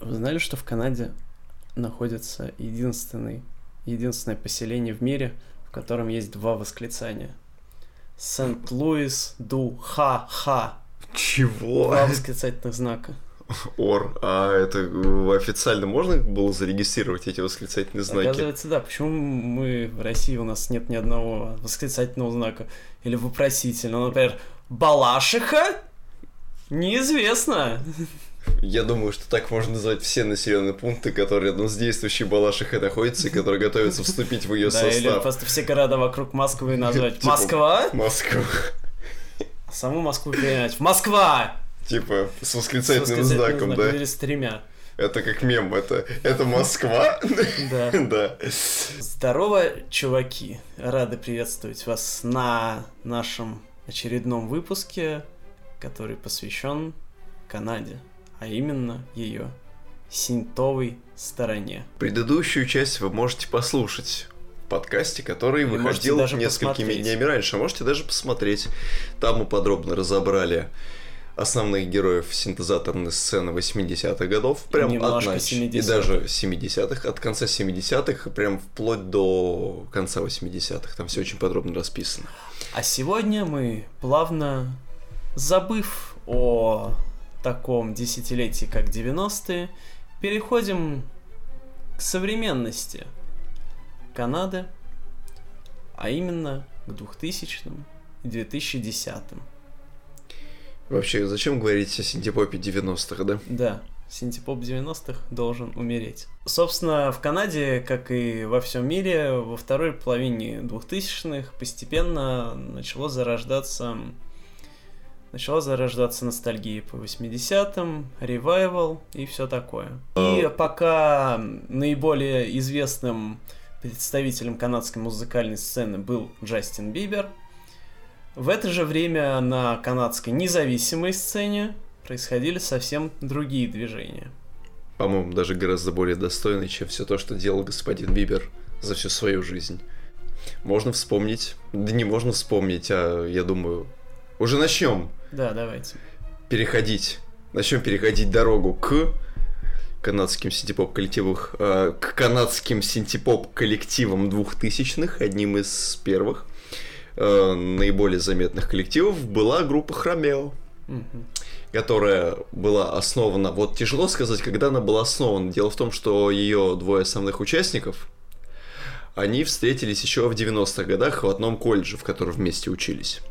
Вы знали, что в Канаде находится единственное поселение в мире, в котором есть два восклицания? Сент-Луис ду ха-ха. Чего? Два восклицательных знака. А это официально можно было зарегистрировать эти восклицательные знаки? Оказывается, да. Почему мы в России, у нас нет ни одного восклицательного знака? Или вопросительного, например, Балашиха? Неизвестно. Я думаю, что так можно назвать все населенные пункты, которые рядом с действующей Балашихой находятся и которые готовятся вступить в ее состав. Да, или просто все города вокруг Москвы назвать Москва. Москва. Саму Москву перенять. Москва! Типа с восклицательным знаком, да? Или с тремя. Это как мем, это Москва? Да. Да. Здорово, чуваки. Рады приветствовать вас на нашем очередном выпуске, который посвящен Канаде, а именно ее синтовой стороне. Предыдущую часть вы можете послушать в подкасте, который Или выходил несколькими днями раньше. Можете даже посмотреть. Там мы подробно разобрали основных героев синтезаторной сцены 80-х годов, прям немножко от 70-х. И даже 70-х, от конца 70-х прям вплоть до конца 80-х. Там все очень подробно расписано. А сегодня мы, плавно забыв о таком десятилетии, как 90-е, переходим к современности Канады, а именно к 2000-м и 2010-м. Вообще, зачем говорить о синтепопе 90-х, да? Да, синтепоп 90-х должен умереть. Собственно, в Канаде, как и во всем мире, во второй половине 2000-х постепенно начала зарождаться ностальгия по 80-м, ревайвал и все такое. И пока наиболее известным представителем канадской музыкальной сцены был Джастин Бибер, в это же время на канадской независимой сцене происходили совсем другие движения. По-моему, даже гораздо более достойные, чем все то, что делал господин Бибер за всю свою жизнь. Можно вспомнить, да не можно вспомнить, а я думаю, уже начнем. Да, давайте. Начнем переходить дорогу к канадским синтепоп-коллективам 2000-х, одним из первых наиболее заметных коллективов была группа Хромео, которая была основана, вот тяжело сказать, когда она была основана. Дело в том, что ее двое основных участников, они встретились еще в 90-х годах в одном колледже, в котором вместе учились.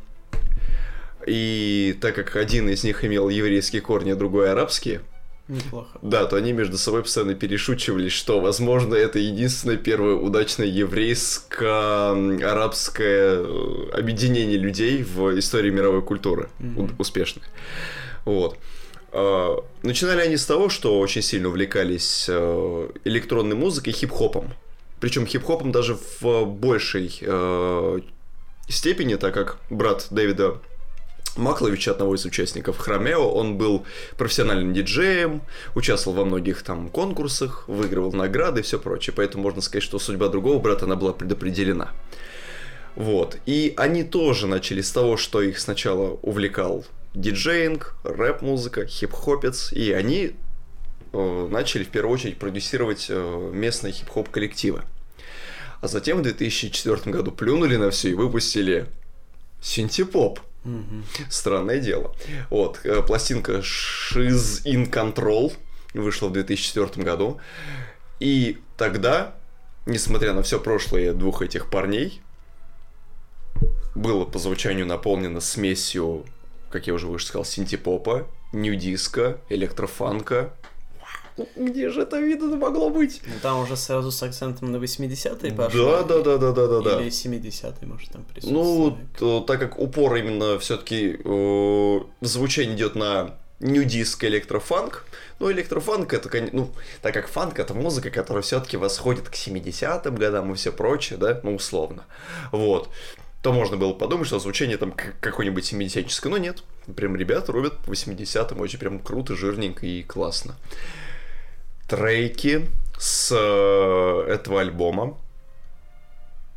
И так как один из них имел еврейские корни, а другой арабские, неплохо. Да, то они между собой постоянно перешучивались, что, возможно, это единственное первое удачное еврейско-арабское объединение людей в истории мировой культуры, успешных. Вот. Начинали они с того, что очень сильно увлекались электронной музыкой, хип-хопом. Причем хип-хопом даже в большей степени, так как брат Дэвида Макловича, одного из участников Хромео, он был профессиональным диджеем, участвовал во многих там конкурсах, выигрывал награды и все прочее, поэтому можно сказать, что судьба другого брата, она была предопределена. Вот, и они тоже начали с того, что их сначала увлекал диджеинг, рэп-музыка, хип-хопец, и они начали в первую очередь продюсировать местные хип-хоп коллективы. А затем в 2004 году плюнули на все и выпустили синтепоп. Странное дело. Вот, пластинка She's in Control вышла в 2004 году. И тогда, несмотря на все прошлое двух этих парней, было по звучанию наполнено смесью, как я уже выше сказал, синтепопа, нью-диска, электрофанка. Где же это видно могло быть? Ну, там уже сразу с акцентом на 80-е пошло. Да. Или 70-е, может, там присутствует. Ну, так как упор именно все-таки звучание идет на нью-диск, электрофанк. Ну, электрофанк это, так как фанк это музыка, которая все-таки восходит к 70-м годам и все прочее, да, ну, условно. Вот. То можно было подумать, что звучание там какое-нибудь 70-ческое, но нет. Прям ребята рубят по 80-м очень прям круто, жирненько и классно. Треки с этого альбома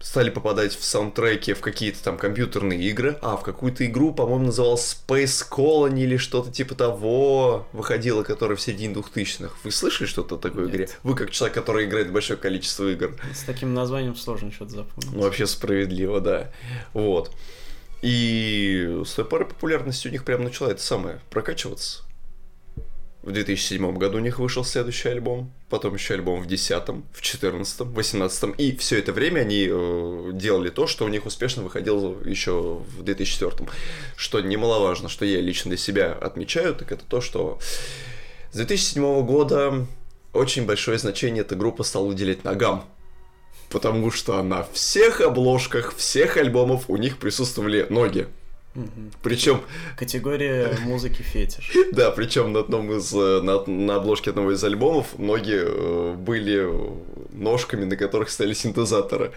стали попадать в саундтреки в какие-то там компьютерные игры. В какую-то игру, по-моему, называлась Space Colony или что-то типа того, выходила, которая в середине 2000-х. Вы слышали что-то о такой игре? Вы как человек, который играет в большое количество игр. С таким названием сложно что-то запомнить. Вообще справедливо, да. Вот. И с той поры популярность у них прям начала это самое прокачиваться. В 2007 году у них вышел следующий альбом, потом еще альбом в 2010, в 2014, в 2018. И все это время они делали то, что у них успешно выходило еще в 2004. Что немаловажно, что я лично для себя отмечаю, так это то, что с 2007 года очень большое значение эта группа стала уделять ногам. Потому что на всех обложках, всех альбомов у них присутствовали ноги. Причем категория музыки фетиш. Да, причем на обложке одного из альбомов ноги были ножками, на которых стояли синтезаторы.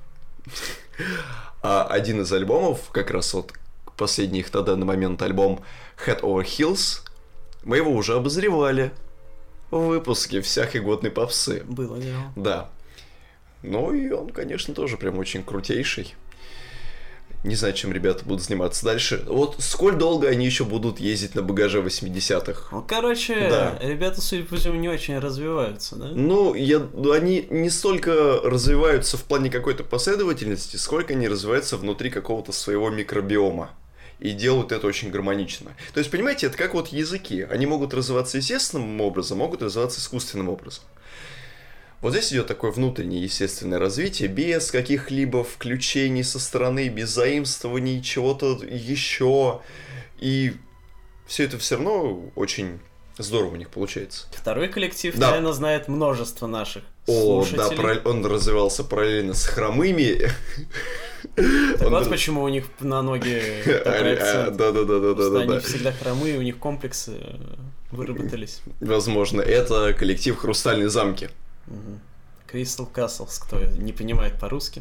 А один из альбомов, как раз вот последний их на данный момент альбом Head Over Heels, мы его уже обозревали в выпуске всякой годной попсы. Было дело. Да. Ну и он, конечно, тоже прям очень крутейший. Не знаю, чем ребята будут заниматься дальше. Вот сколь долго они еще будут ездить на багаже 80-х? Ну, короче, да. Ребята, судя по всему, не очень развиваются, да? Ну, они не столько развиваются в плане какой-то последовательности, сколько они развиваются внутри какого-то своего микробиома. И делают это очень гармонично. То есть, понимаете, это как вот языки. Они могут развиваться естественным образом, могут развиваться искусственным образом. Вот здесь идет такое внутреннее естественное развитие, без каких-либо включений со стороны, без заимствований, чего-то еще. И все это все равно очень здорово у них получается. Второй коллектив, наверное, знает множество наших слушателей. Да, он развивался параллельно с хромыми. Так вот почему у них на ноги такой акцент. Да. Они всегда хромые, у них комплексы выработались. Возможно, это коллектив «Хрустальные замки». Crystal Castles, кто не понимает по-русски.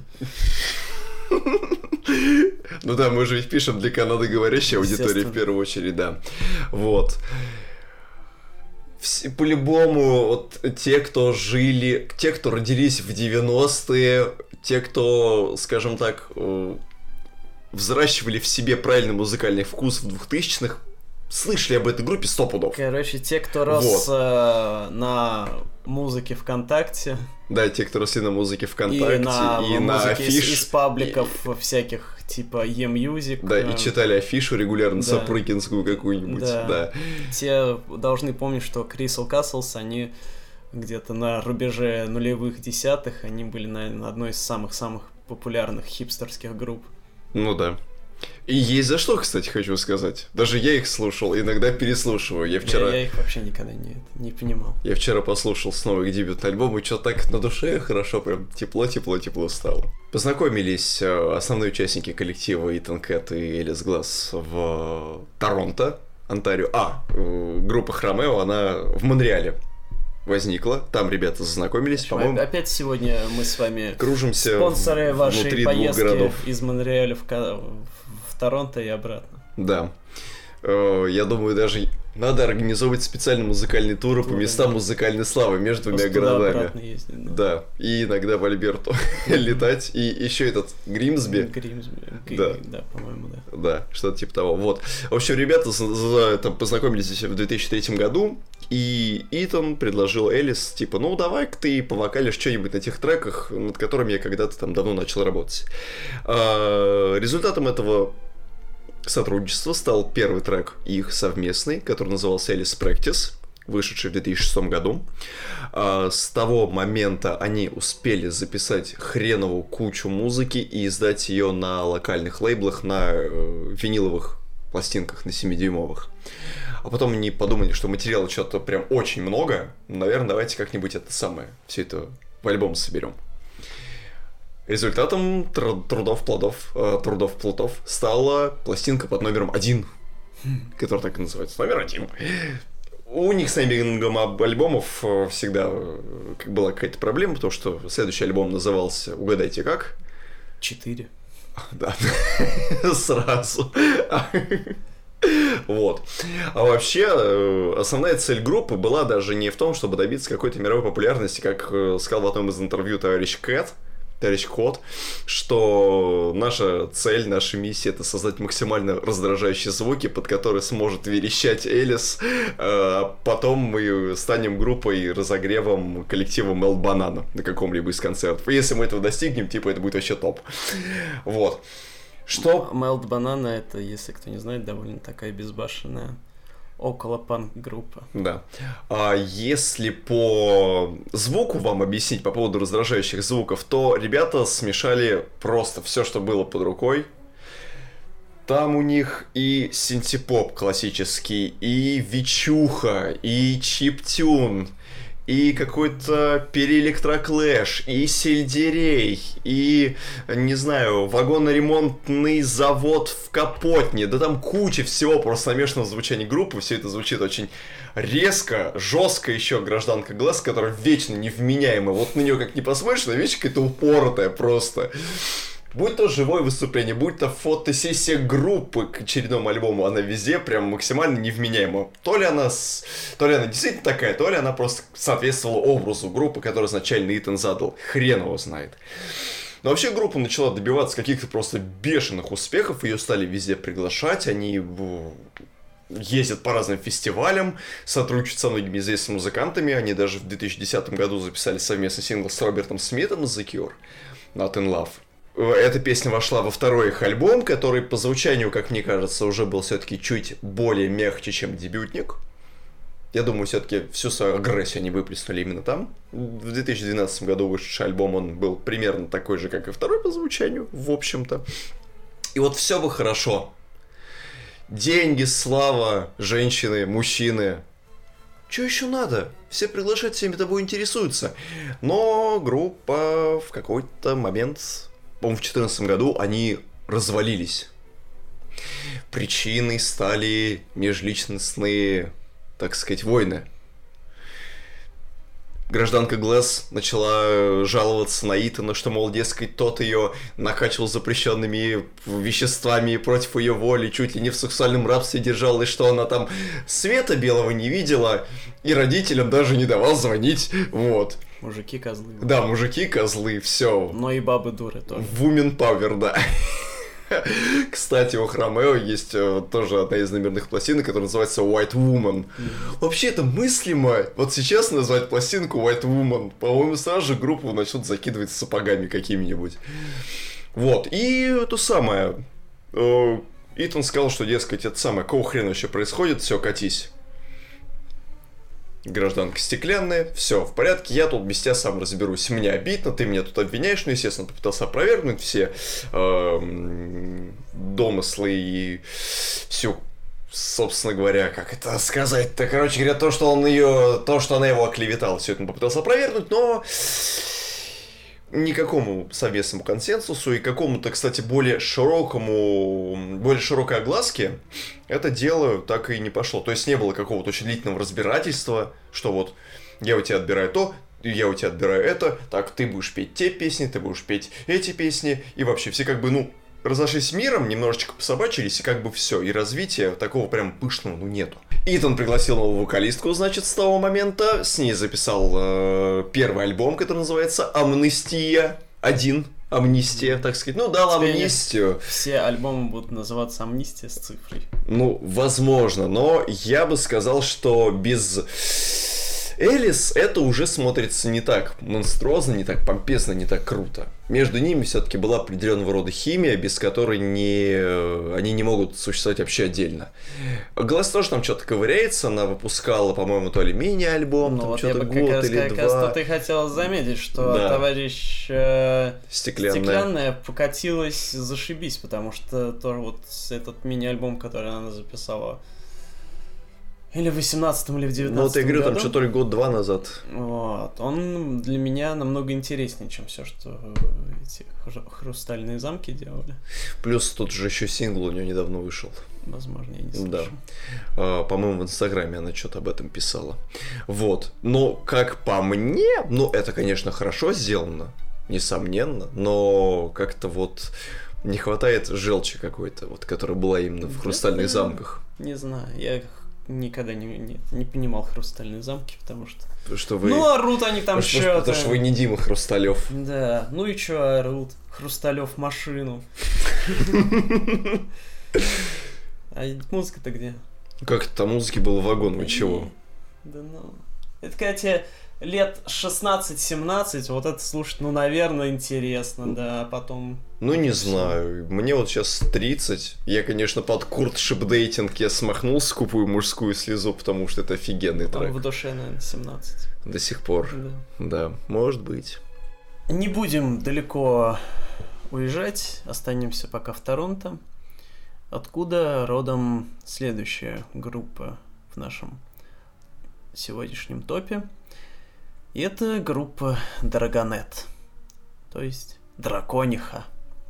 Ну да, мы же ведь пишем для канадоговорящей аудитории в первую очередь, да. Вот. По-любому, вот те, кто родились в 90-е, те, кто, скажем так, взращивали в себе правильный музыкальный вкус в 2000-х, слышали об этой группе 100 пудов. Короче, те, кто рос на музыке ВКонтакте. Да, те, кто росли на музыке ВКонтакте. И на афиш. Из пабликов всяких, типа E-Music. Да, и читали афишу регулярно, сапрыкинскую какую-нибудь. Да. Те должны помнить, что Crystal Castles, они где-то на рубеже нулевых десятых, они были, наверное, одной из самых-самых популярных хипстерских групп. Ну да. И есть за что, кстати, хочу сказать. Даже я их слушал, иногда переслушиваю. Я их вообще никогда не понимал. Я вчера послушал снова их дебютный альбом, и что-то так на душе хорошо, прям тепло стало. Познакомились основные участники коллектива Итан Кэт и Элис Гласс в Торонто, Онтарио. Группа Хромео, она в Монреале возникла. Там ребята зазнакомились, по-моему. Опять сегодня мы с вами кружимся спонсоры вашей поездки городов. Из Монреаля в Торонто и обратно. Да. Я думаю, даже надо организовывать специальные музыкальные туры по местам музыкальной славы между двумя городами. Ездить, да. И иногда в Альберту летать. И еще этот Гримсби. Да, по-моему, да. Да, что-то типа того. Вот. В общем, ребята познакомились здесь в 2003 году. И Итан предложил Элис, типа, ну давай-ка ты повокалишь что-нибудь на тех треках, над которыми я когда-то там давно начал работать. Результатом этого сотрудничества стал первый трек их совместный, который назывался Alice Practice, вышедший в 2006 году. С того момента они успели записать хреновую кучу музыки и издать ее на локальных лейблах, на виниловых пластинках, на 7-дюймовых. А потом они подумали, что материала что-то прям очень много. Наверное, давайте как-нибудь это самое, все это в альбом соберем. Результатом трудов плодов стала пластинка под номером 1, которая так и называется, номер 1. У них с неймингом альбомов всегда была какая-то проблема, потому что следующий альбом назывался, угадайте как? 4. Да, сразу. Вот. А вообще, основная цель группы была даже не в том, чтобы добиться какой-то мировой популярности, как сказал в одном из интервью товарищ Кэт, товарищ Кот, что наша цель, наша миссия — это создать максимально раздражающие звуки, под которые сможет верещать Элис. Потом мы станем группой, разогревом, коллективом Melt Banana на каком-либо из концертов. И если мы этого достигнем, типа, это будет вообще топ. Вот. Что? Melt Banana — это, если кто не знает, довольно такая безбашенная около панк-группа. Да. А если по звуку вам объяснить по поводу раздражающих звуков, то ребята смешали просто все, что было под рукой. Там у них и синтепоп классический, и вичуха, и чиптюн, и какой-то переэлектроклэш, и сельдерей, и, не знаю, вагоноремонтный завод в Капотне. Да там куча всего просто намешанного в звучании группы. Все это звучит очень резко, жестко. Еще гражданка Глэс, которая вечно невменяемая. Вот на нее как не посмотришь, она вечно какая-то упоротая просто. Будь то живое выступление, будь то фотосессия группы к очередному альбому, она везде прям максимально невменяема. То ли она действительно такая, то ли она просто соответствовала образу группы, который изначально Итан задал. Хрен его знает. Но вообще группа начала добиваться каких-то просто бешеных успехов, ее стали везде приглашать, они ездят по разным фестивалям, сотрудничают со многими известными музыкантами, они даже в 2010 году записали совместный сингл с Робертом Смитом из The Cure, Not in Love. Эта песня вошла во второй их альбом, который по звучанию, как мне кажется, уже был все-таки чуть более мягче, чем дебютник. Я думаю, все-таки всю свою агрессию они выплеснули именно там. В 2012 году вышедший альбом, он был примерно такой же, как и второй по звучанию, в общем-то. И вот все бы хорошо. Деньги, слава, женщины, мужчины. Что еще надо? Все приглашают, всеми тобой интересуются. Но группа в какой-то момент... По-моему, в 2014 году они развалились. Причиной стали межличностные, так сказать, войны. Гражданка Глэс начала жаловаться на Итана, что, мол, дескать, тот ее накачивал запрещенными веществами против ее воли, чуть ли не в сексуальном рабстве держал, и что она там света белого не видела, и родителям даже не давал звонить, вот. Мужики козлы. Да, мужики козлы, все. Но и бабы дуры тоже. Women power, да. Кстати, у Ромео есть тоже одна из номерных пластинок, которая называется White Woman. Вообще это мыслимо. Вот сейчас назвать пластинку White Woman, по-моему, сразу же группу начнут закидывать сапогами какими-нибудь. Вот, и то самое. Итан сказал, что, дескать, это самое, какого хрена вообще происходит, все, катись. Гражданка стеклянная, все в порядке, я тут без тебя сам разберусь. Мне обидно, ты меня тут обвиняешь, ну, естественно, попытался опровергнуть все домыслы и всю, собственно говоря, как это сказать-то, короче говоря, то, что она его оклеветала, все это он попытался опровергнуть, но никакому совместному консенсусу и какому-то, кстати, более широкой огласке это дело так и не пошло. То есть не было какого-то очень длительного разбирательства, что вот я у тебя отбираю то, я у тебя отбираю это, так ты будешь петь те песни, ты будешь петь эти песни, и вообще все как бы, разошлись миром, немножечко пособачились, и как бы все, и развития такого прям пышного, нету. Итан пригласил новую вокалистку, значит, с того момента, с ней записал первый альбом, который называется «Амнистия 1». Амнистия, так сказать. Дал амнистию. Все альбомы будут называться «Амнистия» с цифрой. Возможно, но я бы сказал, что без Элис это уже смотрится не так монструозно, не так помпезно, не так круто. Между ними все-таки была определенного рода химия, без которой они не могут существовать вообще отдельно. Глэс тоже там что-то ковыряется, она выпускала, по-моему, то ли мини-альбом, там что-то год или два. Как раз ты хотел заметить, что товарищ Стеклянная покатилась зашибись, потому что тоже вот этот мини-альбом, который она записала, или в 18-м, или в 19-м вот я говорю, году. там что-то ли год-два назад. Вот. Он для меня намного интереснее, чем все, что эти хрустальные замки делали. Плюс тут же еще сингл у нее недавно вышел. Возможно, я не слышал. Да. По-моему, в Инстаграме она что-то об этом писала. Вот. Но, как по мне, это, конечно, хорошо сделано, несомненно, но как-то вот не хватает желчи какой-то, вот, которая была именно в хрустальных замках. Не знаю, я никогда не понимал «Хрустальные замки», потому что... Что вы... Ну, орут они там что-то. Потому что вы не Дима Хрусталев. Да, ну и чё орут? Хрусталев машину. А музыка-то где? Как это, музыки был вагон, вы чего? Да ну... Это когда тебе лет 16-17, вот это слушать, ну, наверное, интересно, да, а потом... Ну, не знаю, мне вот сейчас 30, я, конечно, под Курт Шипдейтинг я смахнул скупую мужскую слезу, потому что это офигенный трек. В душе, наверное, 17. До сих пор. Да, может быть. Не будем далеко уезжать, останемся пока в Торонто, откуда родом следующая группа в нашем сегодняшнем топе. И это группа Драгонет, то есть Дракониха.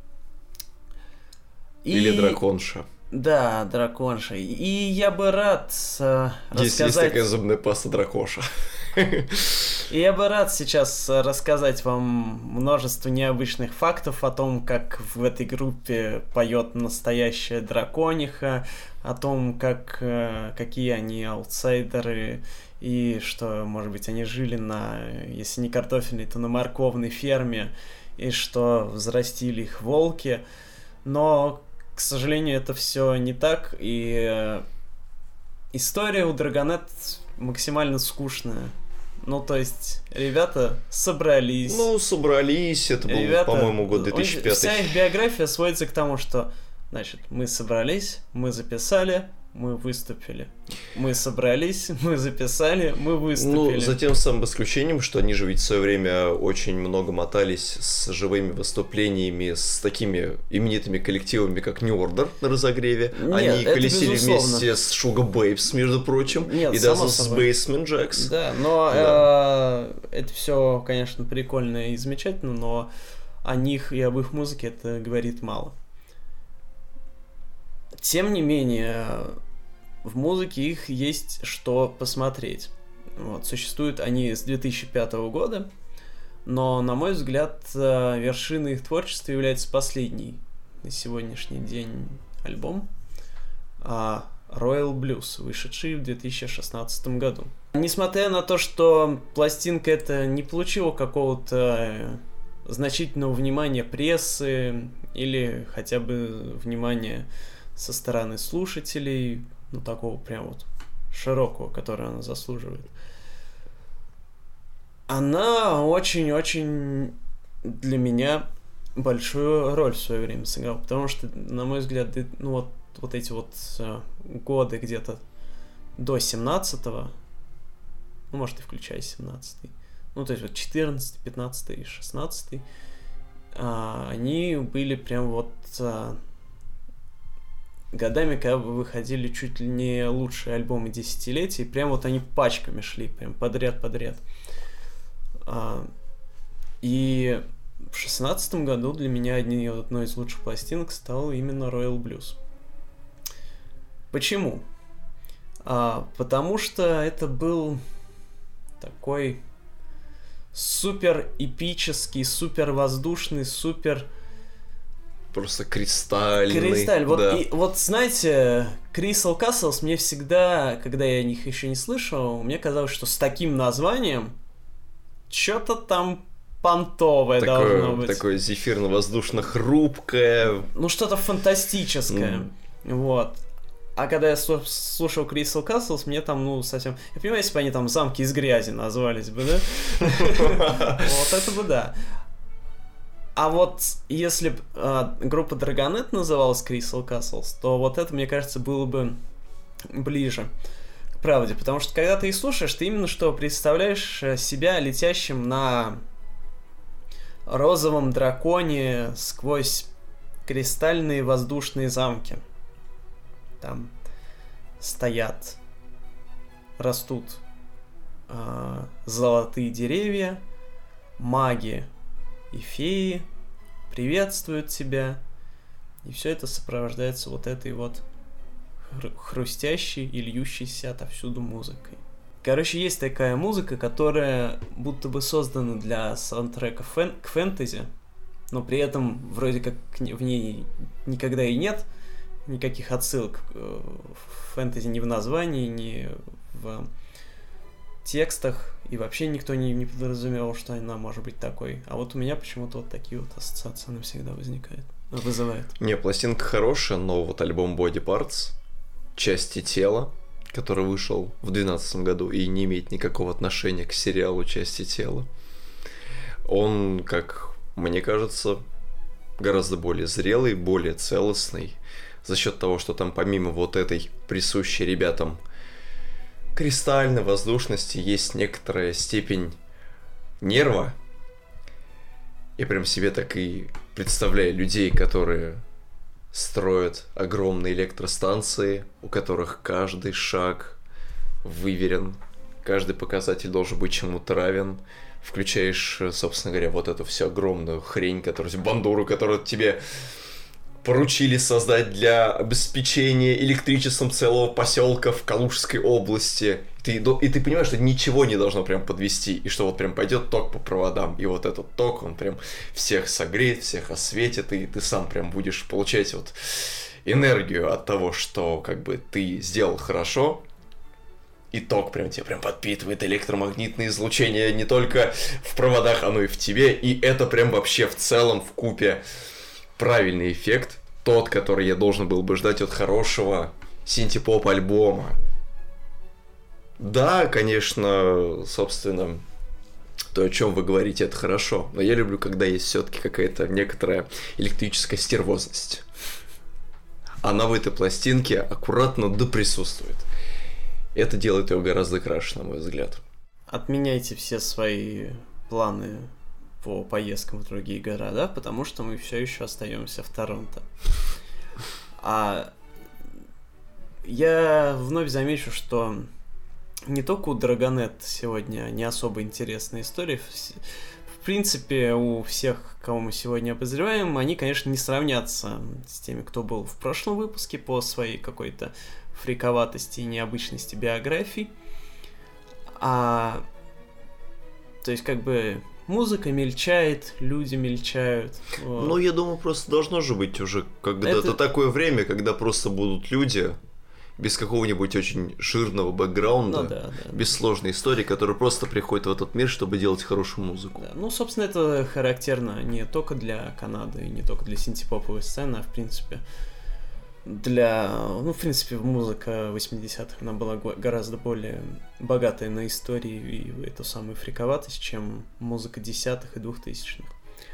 Или Драконша. Да, Драконша. И я бы рад рассказать... Здесь есть такая зубная паста Дракоша. И я бы рад сейчас рассказать вам множество необычных фактов о том, как в этой группе поет настоящая Дракониха, о том, какие они аутсайдеры, и что, может быть, они жили на, если не картофельной, то на морковной ферме, и что взрастили их волки. Но, к сожалению, это все не так, и история у Драгонет максимально скучная. Ну, то есть, ребята собрались. Ну, собрались, это был, по-моему, год 2005. Вся их биография сводится к тому, что, значит, мы собрались, мы записали, мы выступили. Мы собрались, мы записали, мы выступили. Ну, затем с самым исключением, что они же ведь в свое время очень много мотались с живыми выступлениями с такими именитыми коллективами, как New Order на разогреве. Нет, они колесили безусловно. вместе с Sugar Babes, между прочим. Нет, и даже с Basement Jacks. Да, но это все, конечно, прикольно и замечательно, но о них и об их музыке это говорит мало. Тем не менее, в музыке их есть что посмотреть. Вот, существуют они с 2005 года, но, на мой взгляд, вершиной их творчества является последний на сегодняшний день альбом Royal Blues, вышедший в 2016 году. Несмотря на то, что пластинка эта не получила какого-то значительного внимания прессы или хотя бы внимания со стороны слушателей, ну, такого прям вот широкого, которое она заслуживает. Она очень-очень для меня большую роль в свое время сыграла, потому что, на мой взгляд, ну, вот эти вот годы где-то до 17-го, ну, может, и включая 17-й, ну, то есть вот 14-й, 15-й, 16-й, они были прям вот... годами, когда выходили чуть ли не лучшие альбомы десятилетий, прям вот они пачками шли, прям подряд. И в 16-м году для меня одной из лучших пластинок стал именно Royal Blues. Почему? Потому что это был такой супер эпический, супер воздушный, супер... Просто кристальный. Вот, да. вот знаете, Crystal Castles мне всегда, когда я о них еще не слышал, мне казалось, что с таким названием что-то там понтовое должно быть. Такое зефирно-воздушно-хрупкое. Ну, что-то фантастическое. Вот. А когда я слушал Crystal Castles, мне там, ну, совсем... Я понимаю, если бы они там замки из грязи назвались бы, да? Вот это бы да. А вот если бы группа Драгонет называлась Crystal Castles, то вот это, мне кажется, было бы ближе к правде. Потому что когда ты их слушаешь, ты именно что представляешь себя летящим на розовом драконе сквозь кристальные воздушные замки. Там стоят, растут золотые деревья, маги и феи приветствуют тебя, и все это сопровождается вот этой вот хрустящей и льющейся отовсюду музыкой. Короче, есть такая музыка, которая будто бы создана для саундтрека к фэнтези, но при этом вроде как в ней никогда и нет никаких отсылок в фэнтези ни в названии, ни в текстах, и вообще никто не подразумевал, что она может быть такой. А вот у меня почему-то вот такие вот ассоциации навсегда вызывает. Не, пластинка хорошая, но вот альбом Body Parts, части тела, который вышел в 2012 году и не имеет никакого отношения к сериалу «Части тела», он, как мне кажется, гораздо более зрелый, более целостный, за счет того, что там помимо вот этой присущей ребятам кристальной воздушности есть некоторая степень нерва. Я прям себе так и представляю людей, которые строят огромные электростанции, у которых каждый шаг выверен, каждый показатель должен быть чему-то равен. Включаешь, собственно говоря, вот эту всю огромную хрень, бандуру, которую тебе поручили создать для обеспечения электричеством целого поселка в Калужской области. И ты понимаешь, что ничего не должно прям подвести, и что вот прям пойдет ток по проводам, и вот этот ток, он прям всех согреет, всех осветит, и ты сам прям будешь получать вот энергию от того, что как бы ты сделал хорошо, и ток прям тебе прям подпитывает электромагнитное излучение не только в проводах, оно и в тебе, и это прям вообще в целом вкупе правильный эффект, тот, который я должен был бы ждать от хорошего синти-поп-альбома. Да, конечно, собственно, то, о чем вы говорите, это хорошо, но я люблю, когда есть все-таки какая-то некоторая электрическая стервозность. Она в этой пластинке аккуратно доприсутствует. Это делает ее гораздо краше, на мой взгляд. Отменяйте все свои планы по поездкам в другие города, потому что мы все еще остаемся в Торонто. А я вновь замечу, что не только у Dragonet сегодня не особо интересная история. В принципе, у всех, кого мы сегодня обозреваем, они, конечно, не сравнятся с теми, кто был в прошлом выпуске по своей какой-то фриковатости и необычности биографий. То есть, как бы, музыка мельчает, люди мельчают. Вот. Ну, я думаю, просто должно же быть уже когда-то такое время, когда просто будут люди без какого-нибудь очень жирного бэкграунда, без сложной истории, которые просто приходят в этот мир, чтобы делать хорошую музыку. Да. Ну, собственно, это характерно не только для Канады и не только для синти-поповой сцены, а, в принципе, музыка 80-х, она была гораздо более богатая на истории и эту самую фриковатость, чем музыка 10-х и 2000-х.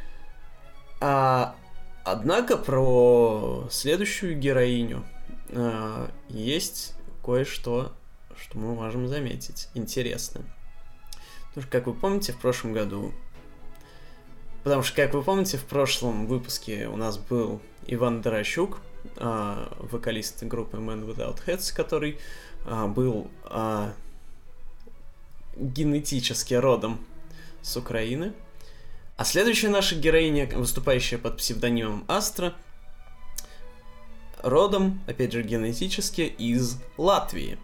Однако про следующую героиню есть кое-что, что мы можем заметить интересным. Потому что, как вы помните, в прошлом выпуске у нас был Иван Дорощук, вокалист группы Man Without Heads, который был генетически родом с Украины. А следующая наша героиня, выступающая под псевдонимом Астра, родом, опять же, генетически из Латвии.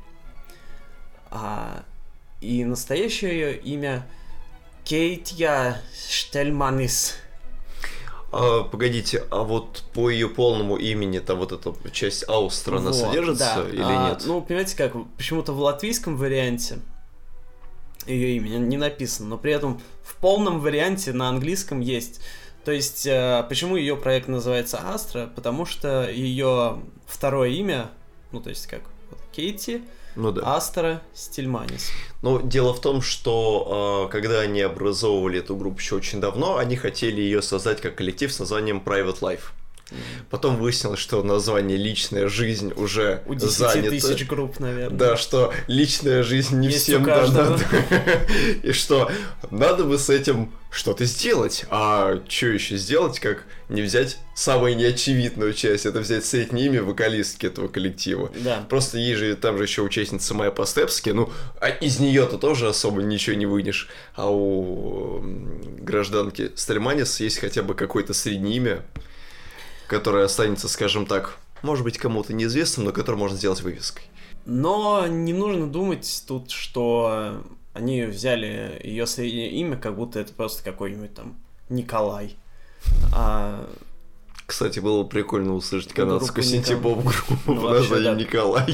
И настоящее ее имя Кейтья Штельманис. Погодите, а вот по ее полному имени там вот эта часть Аустра, она содержится или нет? Ну, понимаете как, почему-то в латвийском варианте ее имя не написано, но при этом в полном варианте на английском есть. То есть, почему ее проект называется Астра? Потому что ее второе имя, ну, то есть, как Кейти, Астра Стельманис. Ну, дело в том, что когда они образовывали эту группу еще очень давно, они хотели ее создать как коллектив с названием Private Life. Потом выяснилось, что название «Личная жизнь» уже у 10 занято. Тысяч групп, наверное. Да, что личная жизнь не есть всем дана. И что надо бы с этим что-то сделать. А что еще сделать, как не взять самую неочевидную часть, это взять среднее имя вокалистки этого коллектива. Да. Просто там же еще участница Майя Постепски, а из нее-то тоже особо ничего не вынешь. А у гражданки Стельманис есть хотя бы какое-то среднее имя, которое останется, скажем так, может быть, кому-то неизвестным, но которое можно сделать вывеской. Но не нужно думать тут, что они взяли ее среднее имя, как будто это просто какой-нибудь там Николай. Кстати, было прикольно услышать канадскую Группу синтепоп-группу Ну, под вообще, названием да. Николай.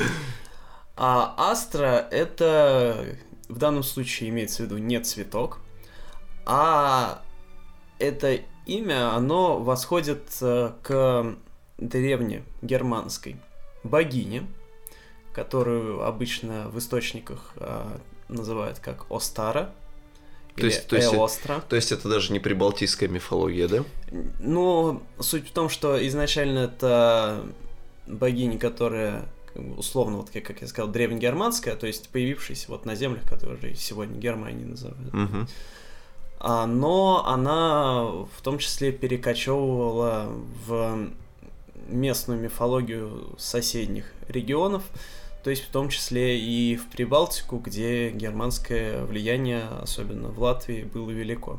А Астра — это в данном случае имеется в виду не цветок, а это имя, оно восходит к древней германской богине, которую обычно в источниках называют как Остара или Эостра. То есть это даже не прибалтийская мифология, да? Ну, суть в том, что изначально это богиня, которая условно, вот как я сказал, древнегерманская, то есть появившаяся вот на землях, которые сегодня Германией называют. Угу. Но она в том числе перекочевывала в местную мифологию соседних регионов, то есть в том числе и в Прибалтику, где германское влияние, особенно в Латвии, было велико.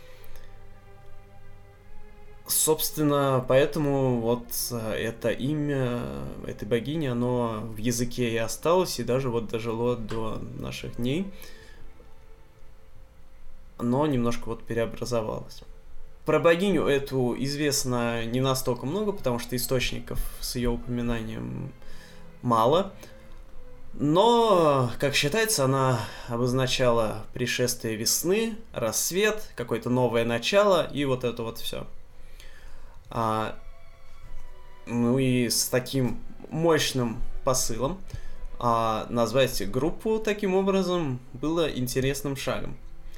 Собственно, поэтому вот это имя этой богини, оно в языке и осталось, и даже вот дожило до наших дней. Оно немножко вот преобразовалось. Про богиню эту известно не настолько много, потому что источников с ее упоминанием мало. Но, как считается, она обозначала пришествие весны, рассвет, какое-то новое начало и вот это вот все. Ну и с таким мощным посылом назвать группу таким образом было интересным шагом.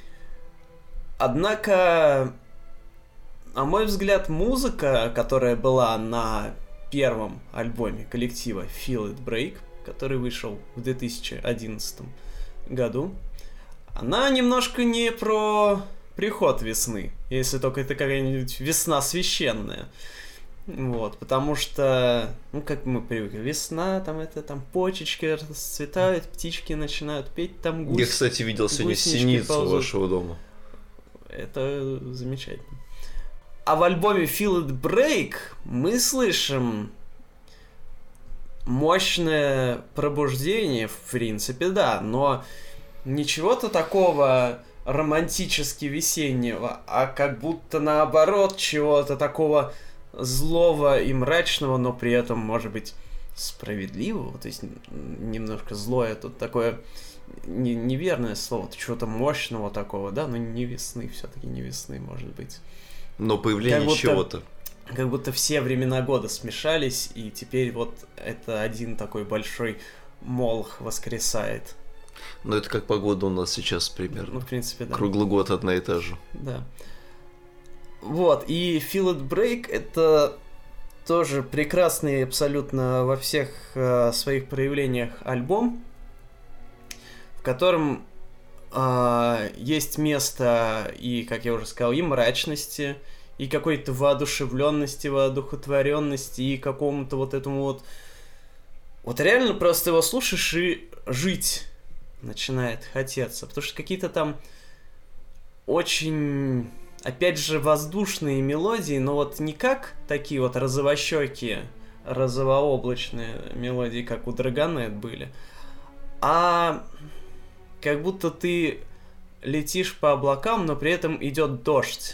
Однако, на мой взгляд, музыка, которая была на первом альбоме коллектива Feel It Break, который вышел в 2011 году, она немножко не про приход весны, если только это какая-нибудь весна священная. Вот, потому что, ну, как мы привыкли, весна, там это, там почечки расцветают, птички начинают петь, там гусь. Я, кстати, видел сегодня синицу вашего дома. Это замечательно. А в альбоме Feel It Break мы слышим мощное пробуждение, в принципе, да, но ничего-то такого романтически весеннего, а как будто наоборот чего-то такого злого и мрачного, но при этом, может быть, справедливого, то есть немножко злое, тут такое неверное слово, чего-то мощного такого, да, но не весны, все-таки не весны, может быть. Но появление чего-то. Как будто все времена года смешались, и теперь вот это один такой большой молох воскресает. Ну, это как погода у нас сейчас примерно. Ну, в принципе, да. Круглый год одна и та же. Да. Вот, и Feel It Break — это тоже прекрасный абсолютно во всех своих проявлениях альбом, в котором есть место и, как я уже сказал, и мрачности, и какой-то воодушевленности, воодухотворенности, и какому-то вот этому вот... Вот реально просто его слушаешь и жить начинает хотеться, потому что какие-то там очень, опять же, воздушные мелодии, но вот не как такие вот розовощёкие, розовооблачные мелодии, как у Dragonet были, а как будто ты летишь по облакам, но при этом идет дождь,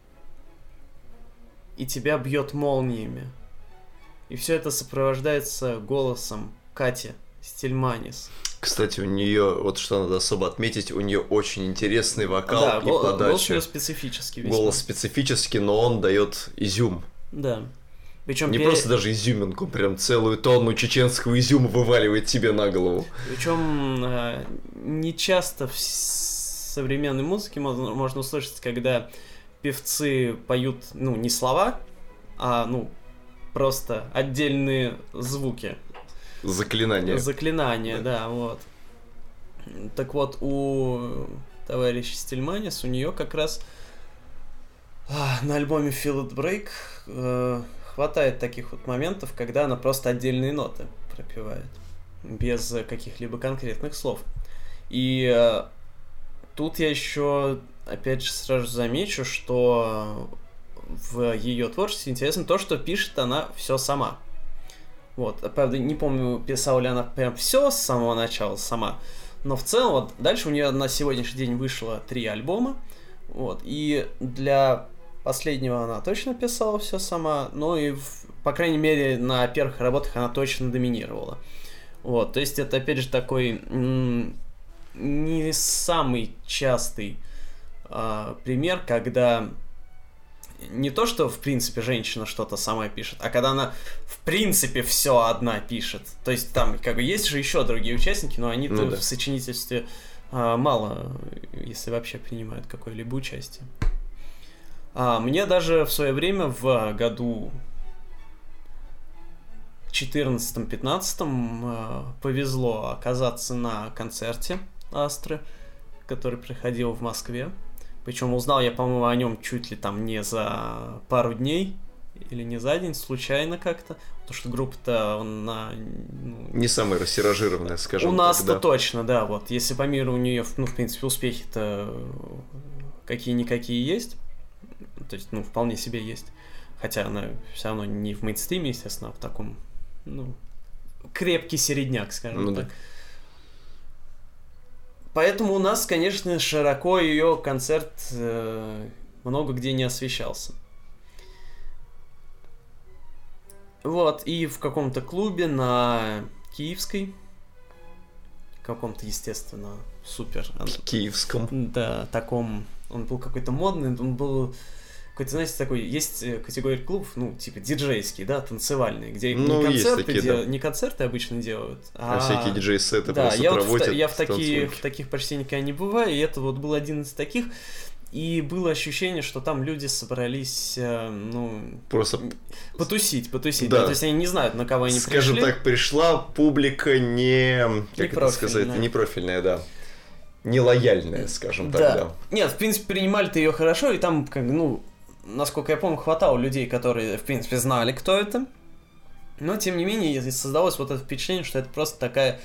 и тебя бьет молниями. И все это сопровождается голосом Кати Стельманис. Кстати, у нее, вот что надо особо отметить, у нее очень интересный вокал, да, и подача. Голос у нее специфический весьма. Голос специфический, но он дает изюм. Да. Причем не просто даже изюминку, прям целую тонну чеченского изюма вываливает тебе на голову. Причем не часто в современной музыке можно услышать, когда певцы поют, ну, не слова, а, ну, просто отдельные звуки. Заклинания. Заклинания, да, вот. Так вот, у товарища Стельманис, у нее как раз на альбоме Feel It Break хватает таких вот моментов, когда она просто отдельные ноты пропевает, без каких-либо конкретных слов. И тут я еще, опять же, сразу замечу, что в ее творчестве интересно то, что пишет она все сама. Вот, правда, не помню, писала ли она прям все с самого начала сама, но в целом, вот, дальше у нее на сегодняшний день вышло 3 альбома, вот, и для последнего она точно писала все сама, но и, по крайней мере, на первых работах она точно доминировала. Вот, то есть это, опять же, такой не самый частый пример, когда не то, что, в принципе, женщина что-то сама пишет, а когда она, в принципе, все одна пишет. То есть там, как бы, есть же еще другие участники, но они-то в сочинительстве мало, если вообще принимают какое-либо участие. Мне даже в свое время, в году 14-15 повезло оказаться на концерте Астры, который проходил в Москве. Причем узнал я, по-моему, о нем чуть ли там не за пару дней или не за день, случайно как-то. Потому что группа-то не самая растиражированная, скажем так. У нас-то точно, да. Вот. Если по миру у нее, в принципе, успехи-то какие-никакие есть. То есть, вполне себе есть. Хотя она все равно не в мейнстриме, естественно, а в таком, крепкий середняк, скажем так. Да. Поэтому у нас, конечно, широко ее концерт много где не освещался. Вот, и в каком-то клубе на Киевской, каком-то, естественно, супер... Киевском. Да, таком... Он был какой-то модный, он был... Какой-то, знаете, такой... Есть категория клубов, типа диджейские, да, танцевальные, где не концерты обычно делают, а всякие диджей-сеты просто проводят. Я в таких почти никогда не бываю, и это вот был один из таких, и было ощущение, что там люди собрались, просто потусить, да, то есть они не знают, на кого они пришли. Скажем так, пришла публика непрофильная, да. Нелояльная, скажем так, да. Нет, в принципе, принимали-то ее хорошо, и там, насколько я помню, хватало людей, которые, в принципе, знали, кто это. Но, тем не менее, создалось вот это впечатление, что это просто такая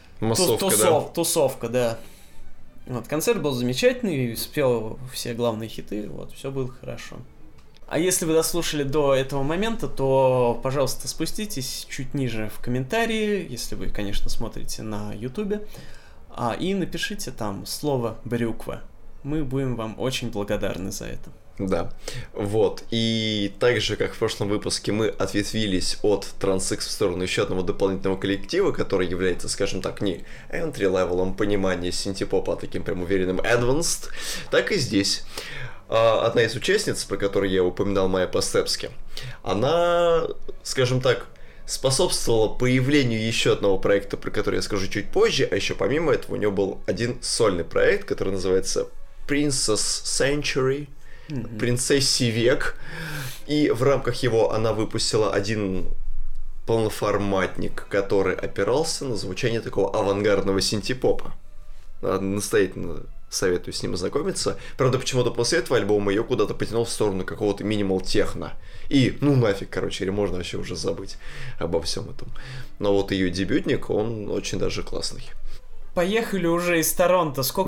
тусовка, да. Вот, концерт был замечательный, спел все главные хиты, вот, все было хорошо. А если вы дослушали до этого момента, то, пожалуйста, спуститесь чуть ниже в комментарии, если вы, конечно, смотрите на Ютубе, и напишите там слово «брюква». Мы будем вам очень благодарны за это. Да, вот, и так же, как в прошлом выпуске, мы ответвились от Transix в сторону еще одного дополнительного коллектива, который является, скажем так, не entry-level'ом понимания синтепопа, а таким прям уверенным advanced, так и здесь. Одна из участниц, про которую я упоминал, Майя Пастепски, она, скажем так, способствовала появлению еще одного проекта, про который я скажу чуть позже, а еще помимо этого у нее был один сольный проект, который называется Princess Century, Принцессе век, и в рамках его она выпустила один полноформатник, который опирался на звучание такого авангардного синтепопа. Настоятельно советую с ним ознакомиться. Правда, почему-то после этого альбома ее куда-то потянул в сторону какого-то минимал-техно. И, нафиг, короче, или можно вообще уже забыть обо всем этом. Но вот ее дебютник, он очень даже классный. Поехали уже из Торонто. Сколько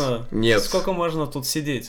можно тут сидеть?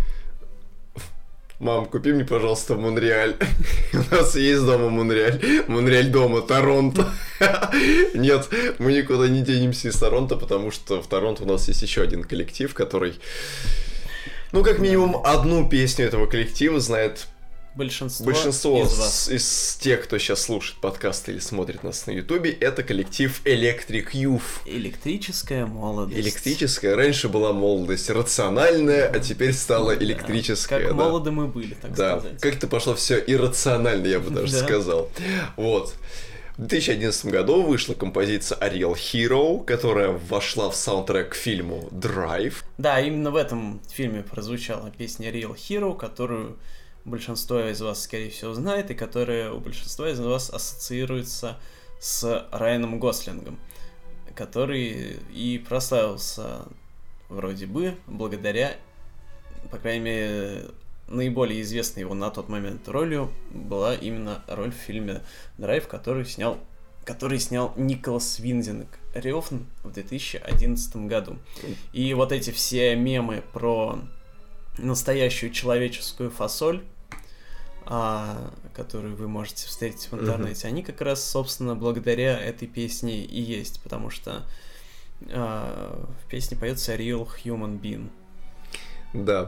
Мам, купи мне, пожалуйста, Монреаль. У нас есть дома Монреаль. Монреаль дома, Торонто. Нет, мы никуда не денемся из Торонто, потому что в Торонто у нас есть еще один коллектив, который, как минимум, одну песню этого коллектива знает большинство из тех, кто сейчас слушает подкаст или смотрит нас на Ютубе, это коллектив Electric Youth. Электрическая молодость. Электрическая. Раньше была молодость рациональная, а теперь стала электрическая. Как молоды мы были, так сказать. Как-то пошло все иррационально, я бы даже сказал. Вот. В 2011 году вышла композиция A Real Hero, которая вошла в саундтрек к фильму Drive. Да, именно в этом фильме прозвучала песня Real Hero, которую большинство из вас, скорее всего, знает, и которая у большинства из вас ассоциируется с Райаном Гослингом, который и прославился вроде бы благодаря, по крайней мере, наиболее известной его на тот момент ролью была именно роль в фильме «Драйв», который снял Николас Виндинг Рёфн в 2011 году. И вот эти все мемы про настоящую человеческую фасоль, которую вы можете встретить в интернете, они как раз, собственно, благодаря этой песне и есть, потому что в песне поется Real Human Being. Да.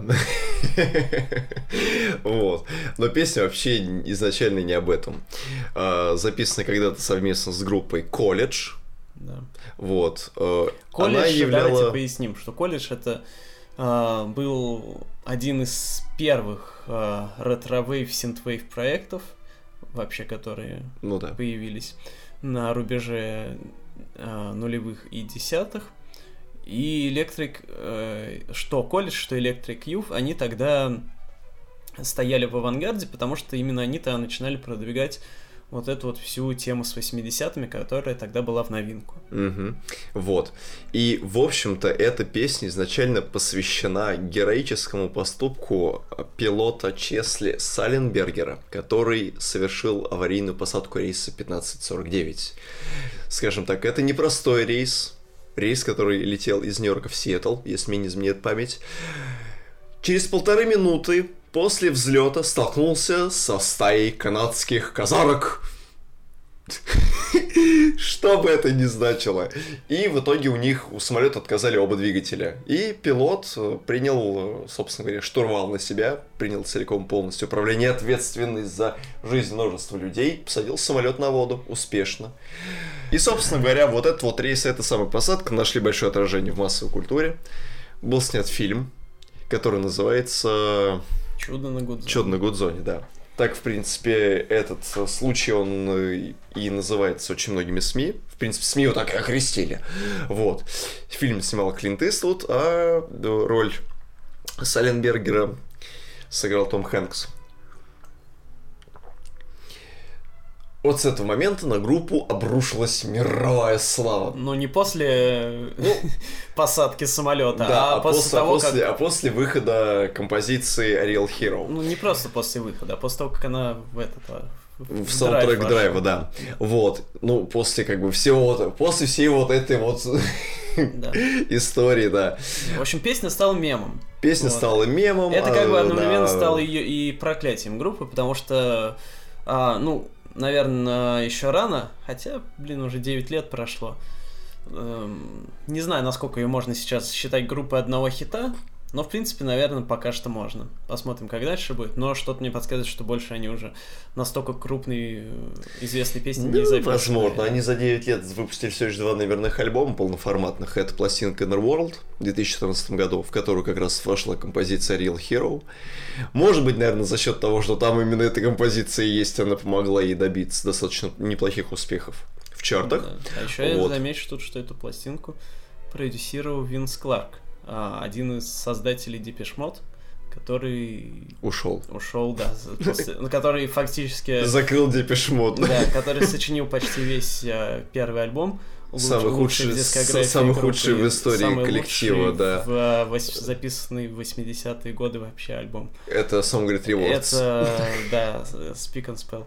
Вот. Но песня вообще изначально не об этом. Записана когда-то совместно с группой College. Да. Вот. College, давайте поясним, что College это был один из первых ретро-вейв, синт-вейв проектов, вообще, которые появились на рубеже нулевых и десятых. И что College, что Electric Youth, они тогда стояли в авангарде, потому что именно они-то начинали продвигать вот эту вот всю тему с 80-ми, которая тогда была в новинку. Угу. Вот. И, в общем-то, эта песня изначально посвящена героическому поступку пилота Чесли Салленбергера, который совершил аварийную посадку рейса 1549. Скажем так, это непростой рейс, который летел из Нью-Йорка в Сиэтл, если мне не изменяет память. Через 1,5 минуты после взлета столкнулся со стаей канадских казарок. Что бы это ни значило. И в итоге у самолета отказали оба двигателя. И пилот принял, собственно говоря, штурвал на себя, принял целиком полностью управление, ответственность за жизнь множества людей, посадил самолет на воду успешно. И, собственно говоря, вот этот вот рейс, эта самая посадка нашли большое отражение в массовой культуре. Был снят фильм, который называется «Чудо на Гудзоне». «Чудо на Гудзоне», да. Так, в принципе, этот случай, он и называется очень многими СМИ. В принципе, СМИ его так и окрестили. Вот. Фильм снимал Клинт Иствуд, а роль Салленбергера сыграл Том Хэнкс. Вот с этого момента на группу обрушилась мировая слава. Но не после посадки самолета, да, а после того, как... А после выхода композиции Real Hero. Ну, не просто после выхода, а после того, как она в саундтрек драйва, да. Вот. Ну, после после всей вот этой вот истории, да. В общем, песня стала мемом. Песня стала мемом. Это как бы одновременно стало и проклятием группы, потому что, наверное, еще рано, хотя, уже 9 лет прошло. Не знаю, насколько ее можно сейчас считать группой одного хита, но, в принципе, наверное, пока что можно. Посмотрим, как дальше будет. Но что-то мне подсказывает, что больше они уже настолько крупные, известные песни не запишут. Возможно. Они за 9 лет выпустили всего лишь 2 номерных альбома полноформатных. Это пластинка Inner World в 2014 году, в которую как раз вошла композиция Real Hero. Может быть, наверное, за счет того, что там именно эта композиция есть, она помогла ей добиться достаточно неплохих успехов в чартах. Да. А еще я замечу тут, что эту пластинку продюсировал Винс Кларк, один из создателей Depeche Mode, который... Ушел, да. Который фактически... Закрыл Depeche Mode. Да, который сочинил почти весь первый альбом. Самый худший в истории коллектива, да. Записанный в 80-е годы вообще альбом. Это Song Great Rewards. Это, да, Speak and Spell.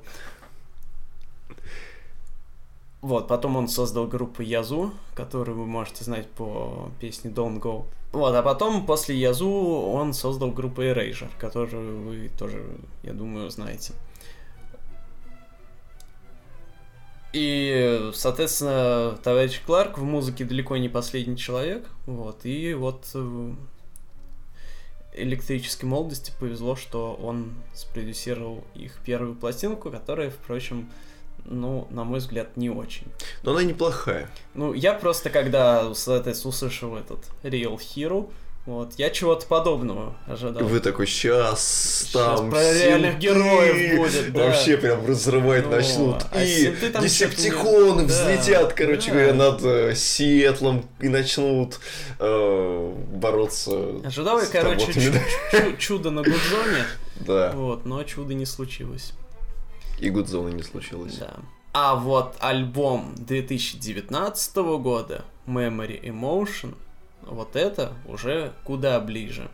Вот, потом он создал группу Yazoo, которую вы можете знать по песне Don't Go. Вот, а потом, после Yazoo, он создал группу Erasure, которую вы тоже, я думаю, знаете. И, соответственно, товарищ Кларк в музыке далеко не последний человек. Вот, и вот Электрической молодости повезло, что он спродюсировал их первую пластинку, которая, впрочем, на мой взгляд, не очень. Но она неплохая. Я просто, когда услышал этот Real Hero, я чего-то подобного ожидал. Вы такой, сейчас там про реальных героев будет, да. Вообще прям разрывать начнут. И десептиконы взлетят, говоря, над Сиэтлом и начнут бороться. Ожидал я, чудо на Гудзоне. Да. Но чуда не случилось. И Гудзона не случилось. Да. А вот альбом 2019 года Memory Emotion, вот это уже куда ближе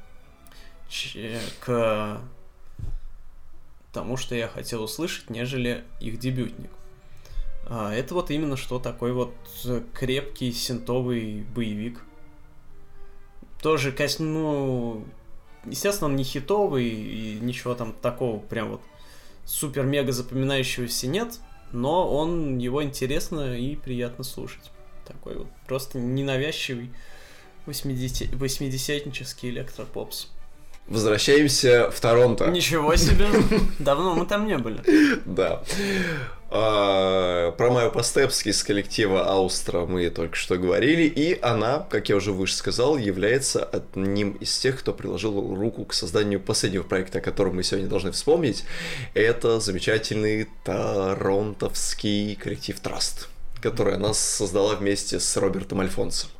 к тому, что я хотел услышать, нежели их дебютник. Это вот именно что такой вот крепкий синтовый боевик. Тоже, конечно, естественно, он не хитовый и ничего там такого прям вот супер-мега запоминающегося нет, но его интересно и приятно слушать. Такой вот просто ненавязчивый 80-нический электропопс. Возвращаемся в Торонто. Ничего себе! Давно мы там не были. Да. Про Майю Постепски из коллектива Аустра мы только что говорили, и она, как я уже выше сказал, является одним из тех, кто приложил руку к созданию последнего проекта, о котором мы сегодня должны вспомнить. Это замечательный торонтовский коллектив Траст, который она создала вместе с Робертом Альфонсом.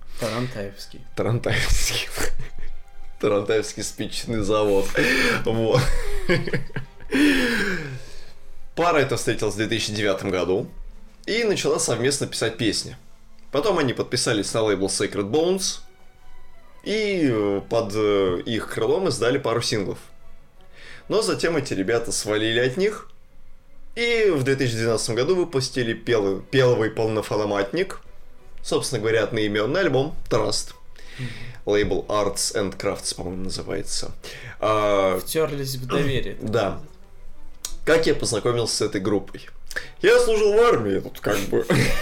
Тарантаевский спичечный завод. Вот. Пара эта встретилась в 2009 году и начала совместно писать песни. Потом они подписались на лейбл Sacred Bones и под их крылом издали пару синглов. Но затем эти ребята свалили от них и в 2012 году выпустили пеловый полноформатник, собственно говоря, одноименный альбом Trust. Лейбл Arts and Crafts, по-моему, называется. Втерлись в доверие. Да. Как я познакомился с этой группой? Я служил в армии, тут как бы.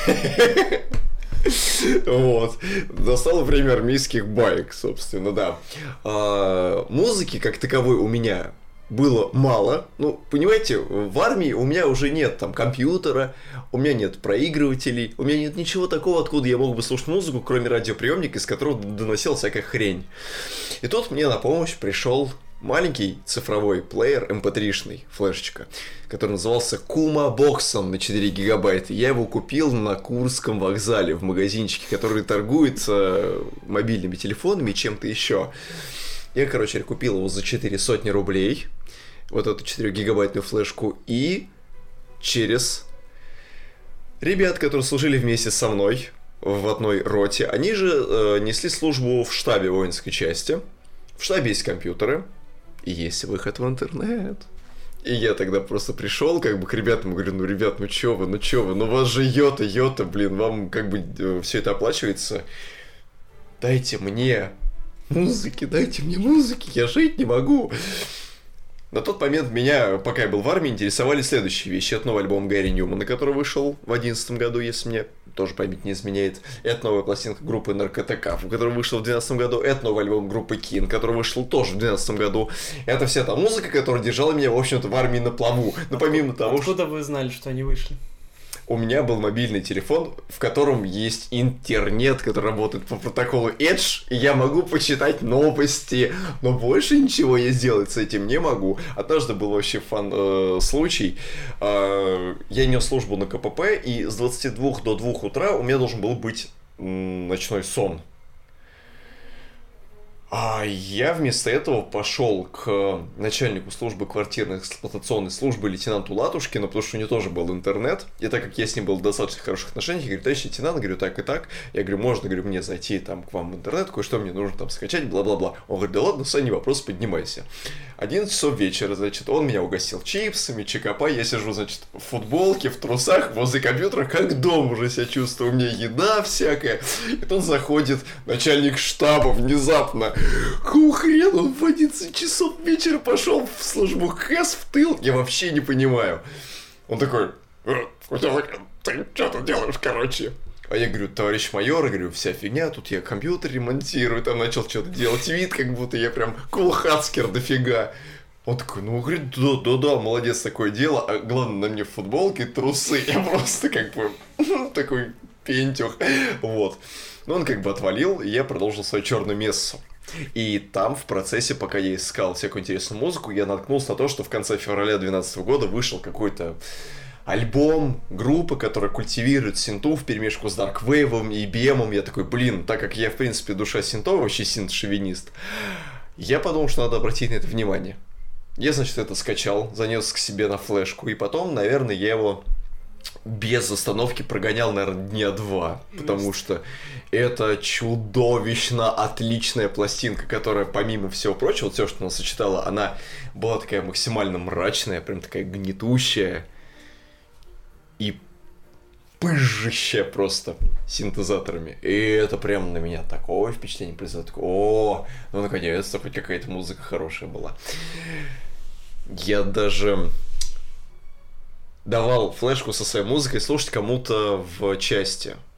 Вот. Настало время армейских баек, собственно, да. Музыки, как таковой, у меня было мало. Ну, понимаете, в армии у меня уже нет там компьютера, у меня нет проигрывателей, у меня нет ничего такого, откуда я мог бы слушать музыку, кроме радиоприемника, из которого доносила всякая хрень. И тут мне на помощь пришел маленький цифровой плеер MP3-шный, флешечка, который назывался Kuma Boxon на 4 гигабайта. Я его купил на Курском вокзале в магазинчике, который торгует мобильными телефонами и чем-то еще. Я, короче, купил его за 400 рублей, вот эту 4-гигабайтную флешку, и через ребят, которые служили вместе со мной в одной роте, они же несли службу в штабе воинской части. В штабе есть компьютеры, и есть выход в интернет. И я тогда просто пришел, как бы, к ребятам, говорю, ну, ребят, ну чё вы, ну у вас же йота, блин, вам как бы все это оплачивается. Дайте мне музыки, я жить не могу. На тот момент меня, пока я был в армии, интересовали следующие вещи. Это новый альбом Гэри Ньюмана, который вышел в 2011 году, если мне тоже память не изменяет. Это новая пластинка группы Наркотикав, который вышел в 2012 году. Это новый альбом группы Кин, который вышел тоже в 2012 году. Это вся та музыка, которая держала меня, в общем-то, в армии на плаву. Но помимо того, Откуда вы знали, что они вышли? У меня был мобильный телефон, в котором есть интернет, который работает по протоколу Edge, и я могу почитать новости, но больше ничего я сделать с этим не могу. Однажды был вообще случай, я нес службу на КПП, и с 22 до 2 утра у меня должен был быть ночной сон. А я вместо этого пошел к начальнику службы квартирной эксплуатационной службы лейтенанту Латушкину, потому что у него тоже был интернет. И так как я с ним был в достаточно хороших отношениях, я говорю, товарищ лейтенант, говорю, так и так. Я говорю, можно, говорю, мне зайти там к вам в интернет, кое-что мне нужно там скачать, бла-бла-бла. Он говорит, да ладно, Сань, не вопрос, поднимайся. 11 часов вечера, значит, он меня угостил чипсами, ЧКП, я сижу, значит, в футболке, в трусах, возле компьютера, как дом уже себя чувствую, у меня еда всякая. И тут заходит начальник штаба внезапно. Какого хрена он в 11 часов вечера пошел в службу ХЭС в тыл? Я вообще не понимаю. Он такой, ты что тут делаешь, короче? А я говорю, товарищ майор, я говорю, вся фигня, тут я компьютер ремонтирую, там начал что-то делать вид, как будто я прям кулхацкер дофига. Он такой, ну, говорит, да, молодец, такое дело, а главное, на мне футболки, трусы, я просто как бы такой пентюх, вот. Но он как бы отвалил, и я продолжил свою черную мессу. И там в процессе, пока я искал всякую интересную музыку, я наткнулся на то, что в конце февраля 2012 года вышел какой-то альбом группы, которая культивирует синту вперемешку с дарквейвом и EBM. Я такой, блин, так как я, в принципе, душа синтова, вообще синт-шовинист, я подумал, что надо обратить на это внимание. Я, значит, это скачал, занес к себе на флешку, и потом, наверное, я его без остановки прогонял, наверное, дня 2, потому что это чудовищно отличная пластинка, которая, помимо всего прочего, все, что она сочетала, она была такая максимально мрачная, прям такая гнетущая и пыжащая просто синтезаторами. И это прям на меня такое впечатление произвело. О, ну наконец-то хоть какая-то музыка хорошая была. Я даже давал флешку со своей музыкой слушать кому-то в части,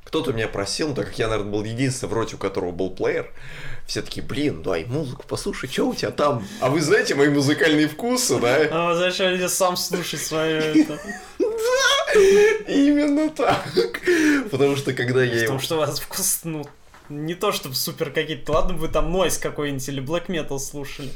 Кто-то меня просил, так как я, наверное, был единственный в роте, у которого был плеер. Все такие, блин, дай музыку, послушай, что у тебя там? А вы знаете мои музыкальные вкусы, да? А зачем я сам слушать свое это? Да, именно так. Потому что когда я... Потому что у вас вкус, ну, не то чтобы супер какие-то... Ладно, вы там нойз какой-нибудь или black metal слушали.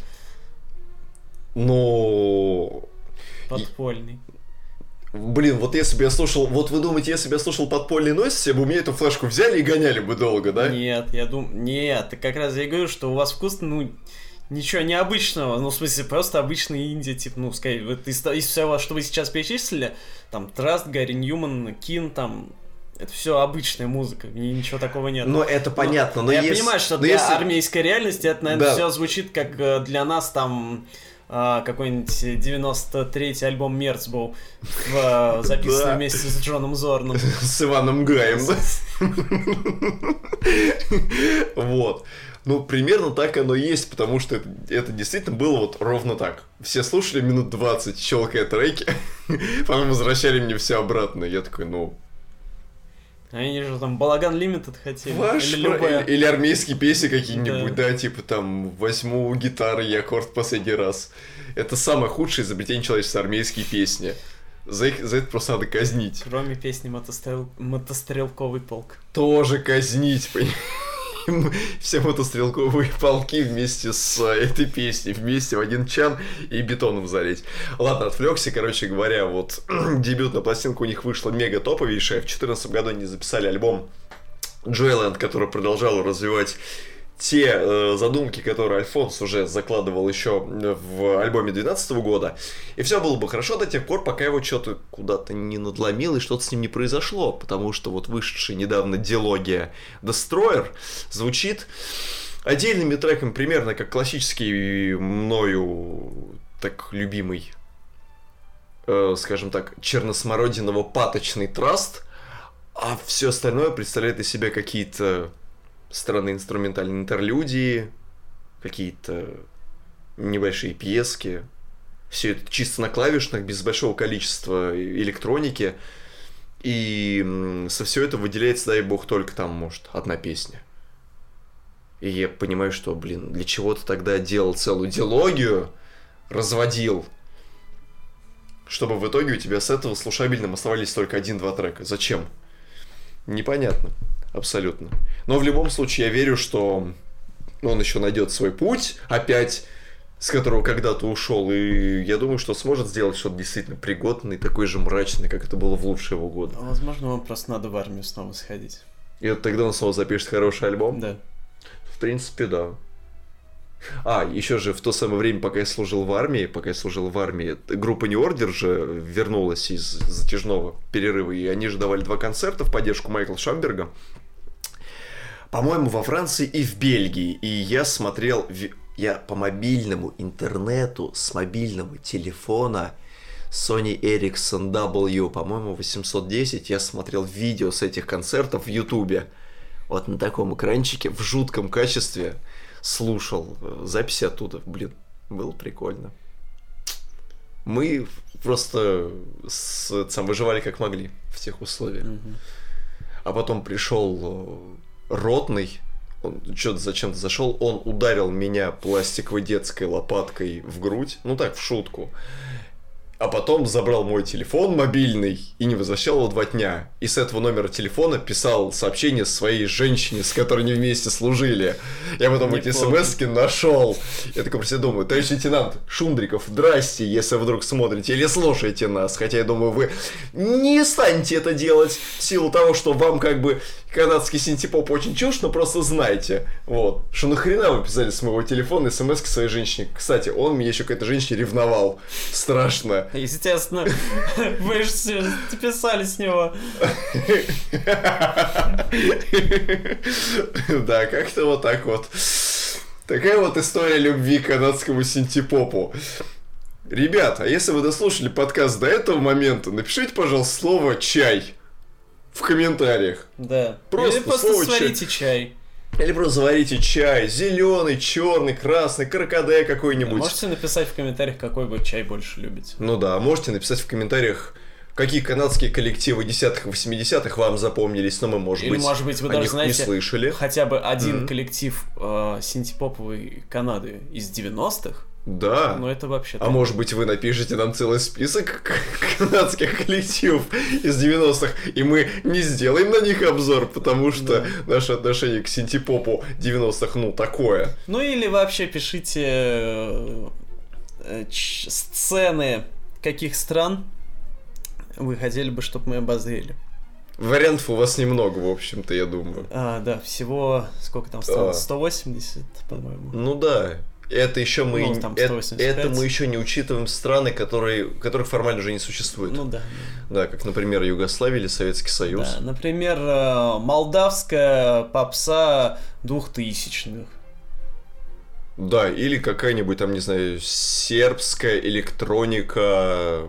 Но... Подпольный. Блин, вот если бы я слушал... Вот вы думаете, если бы я слушал подпольный нойз, все бы у меня эту флешку взяли и гоняли бы долго, да? Нет, я думаю... Нет, так как раз я и говорю, что у вас вкус, ну... Ничего необычного, ну, в смысле, просто обычный инди, типа, ну, скорее, вот из всего, что вы сейчас перечислили, там, Траст, Гарри Ньюман, Кин, там, это все обычная музыка, ничего такого нет. Ну, это понятно, но я если... понимаю, что для армейской реальности это, наверное, все звучит, как для нас, там, какой-нибудь 93-й альбом Мерц был, записанный вместе с Джоном Зорном. С Иваном Гаем, да? Вот. Ну, примерно так оно и есть, потому что это действительно было вот ровно так. Все слушали минут 20, щелкая треки, потом возвращали мне все обратно. Я такой, ну... Они же там Балаган Лимитед хотели. Или армейские песни какие-нибудь, да, типа там возьму гитары и аккорд последний раз. Это самое худшее изобретение человечества, армейские песни. За это просто надо казнить. Кроме песни «Мотострелковый полк». Тоже казнить, понимаешь? Все мотострелковые полки вместе с этой песней, вместе в один чан и бетоном залить. Ладно, отвлекся, короче говоря, вот дебютная пластинка у них вышла мега топовейшая. В 2014 году они записали альбом Joyland, который продолжал развивать те задумки, которые Альфонс уже закладывал еще в альбоме 2012 года. И все было бы хорошо до тех пор, пока его что-то куда-то не надломило и что-то с ним не произошло. Потому что вот вышедшая недавно дилогия Destroyer звучит отдельными треками, примерно как классический мною так любимый, скажем так, черносмородиново-паточный траст, а все остальное представляет из себя какие-то странные инструментальные интерлюдии, какие-то небольшие пьески. Все это чисто на клавишных, без большого количества электроники. И со всего этого выделяется, дай бог, только там, может, одна песня. И я понимаю, что, блин, для чего ты тогда делал целую дилогию, разводил, чтобы в итоге у тебя с этого слушабельным оставались только 1-2 трека. Зачем? Непонятно. Абсолютно. Но в любом случае я верю, что он еще найдет свой путь, опять, с которого когда-то ушел. И я думаю, что сможет сделать что-то действительно пригодное, такой же мрачный, как это было в лучшие его годы. Возможно, вам просто надо в армию снова сходить. И вот тогда он снова запишет хороший альбом? Да. В принципе, да. Еще же в то самое время, пока я служил в армии, группа New Order же вернулась из затяжного перерыва, и они же давали 2 концерта в поддержку Майкла Шамберга. По-моему, во Франции и в Бельгии. И я смотрел... Я по мобильному интернету, с мобильного телефона Sony Ericsson W, по-моему, 810, я смотрел видео с этих концертов в Ютубе. Вот на таком экранчике, в жутком качестве, слушал записи оттуда. Блин, было прикольно. Мы просто выживали как могли в тех условиях. Mm-hmm. А потом пришел ротный, он что-то зачем-то зашел, он ударил меня пластиковой детской лопаткой в грудь, ну так, в шутку. А потом забрал мой телефон мобильный и не возвращал его 2 дня. И с этого номера телефона писал сообщение своей женщине, с которой они вместе служили. Я потом эти смс-ки нашел. Я такой про себя думаю: товарищ лейтенант Шундриков, здрасте, если вдруг смотрите или слушаете нас. Хотя я думаю, вы не станете это делать в силу того, что вам как бы канадский синтепоп очень чушь, но просто знайте, вот, что нахрена вы писали с моего телефона смс-ки своей женщине. Кстати, он меня еще к этой женщине ревновал. Страшно. Естественно, вы же писали с него. Да, как-то вот так вот. Такая вот история любви к канадскому синтепопу. Ребята, а если вы дослушали подкаст до этого момента, напишите, пожалуйста, слово «чай» в комментариях. Да. Просто или просто сварите чай. Или просто заварите чай. Зеленый, черный, красный, каркаде какой-нибудь. Да, можете написать в комментариях, какой вы чай больше любите. Ну да, можете написать в комментариях, какие канадские коллективы 10-х и 80-х вам запомнились, но мы, может быть, вы о даже них знаете, не слышали. Хотя бы один коллектив синтепоповой Канады из 90-х. Да. Но это вообще... А может быть, вы напишите нам целый список канадских коллективов из 90-х, и мы не сделаем на них обзор, потому что наше отношение к синтепопу 90-х, ну, такое. Ну, или вообще пишите сцены каких стран вы хотели бы, чтобы мы обозрели. Вариантов у вас немного, в общем-то, я думаю. Да, всего, сколько там стало? 180, по-моему. Ну да. Это еще мы, это мы еще не учитываем страны, которых формально уже не существует. Ну да. Да, как, например, Югославия или Советский Союз. Да, например, молдавская попса 2000-х. Да, или какая-нибудь там, не знаю, сербская электроника...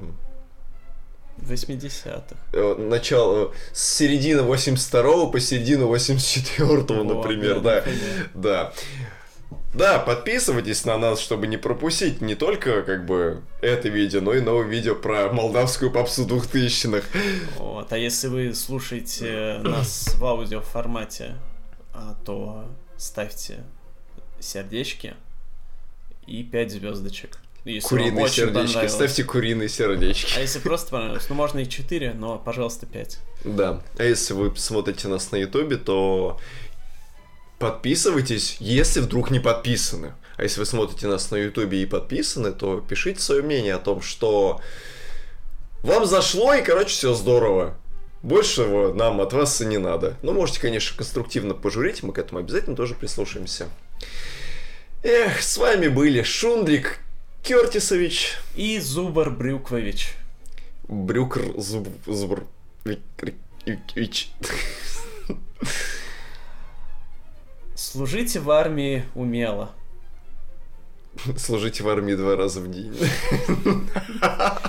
80-х. Начало, с середины 82-го по середину 84-го, например, да. Да. Да, подписывайтесь на нас, чтобы не пропустить не только, как бы, это видео, но и новое видео про молдавскую попсу 2000-х. Вот, а если вы слушаете нас в аудиоформате, то ставьте сердечки и 5 звездочек. Куриные сердечки, ставьте куриные сердечки. А если просто понравилось, ну можно и 4, но, пожалуйста, 5. Да, а если вы смотрите нас на ютубе, то... подписывайтесь, если вдруг не подписаны. А если вы смотрите нас на ютубе и подписаны, то пишите свое мнение о том, что вам зашло и, короче, все здорово. Большего нам от вас и не надо. Но можете, конечно, конструктивно пожурить, мы к этому обязательно тоже прислушаемся. Эх, с вами были Шундрик Кёртисович и Зубар Брюквович. Брюкр Зубр Вич. Служите в армии умело. Служите в армии 2 раза в день.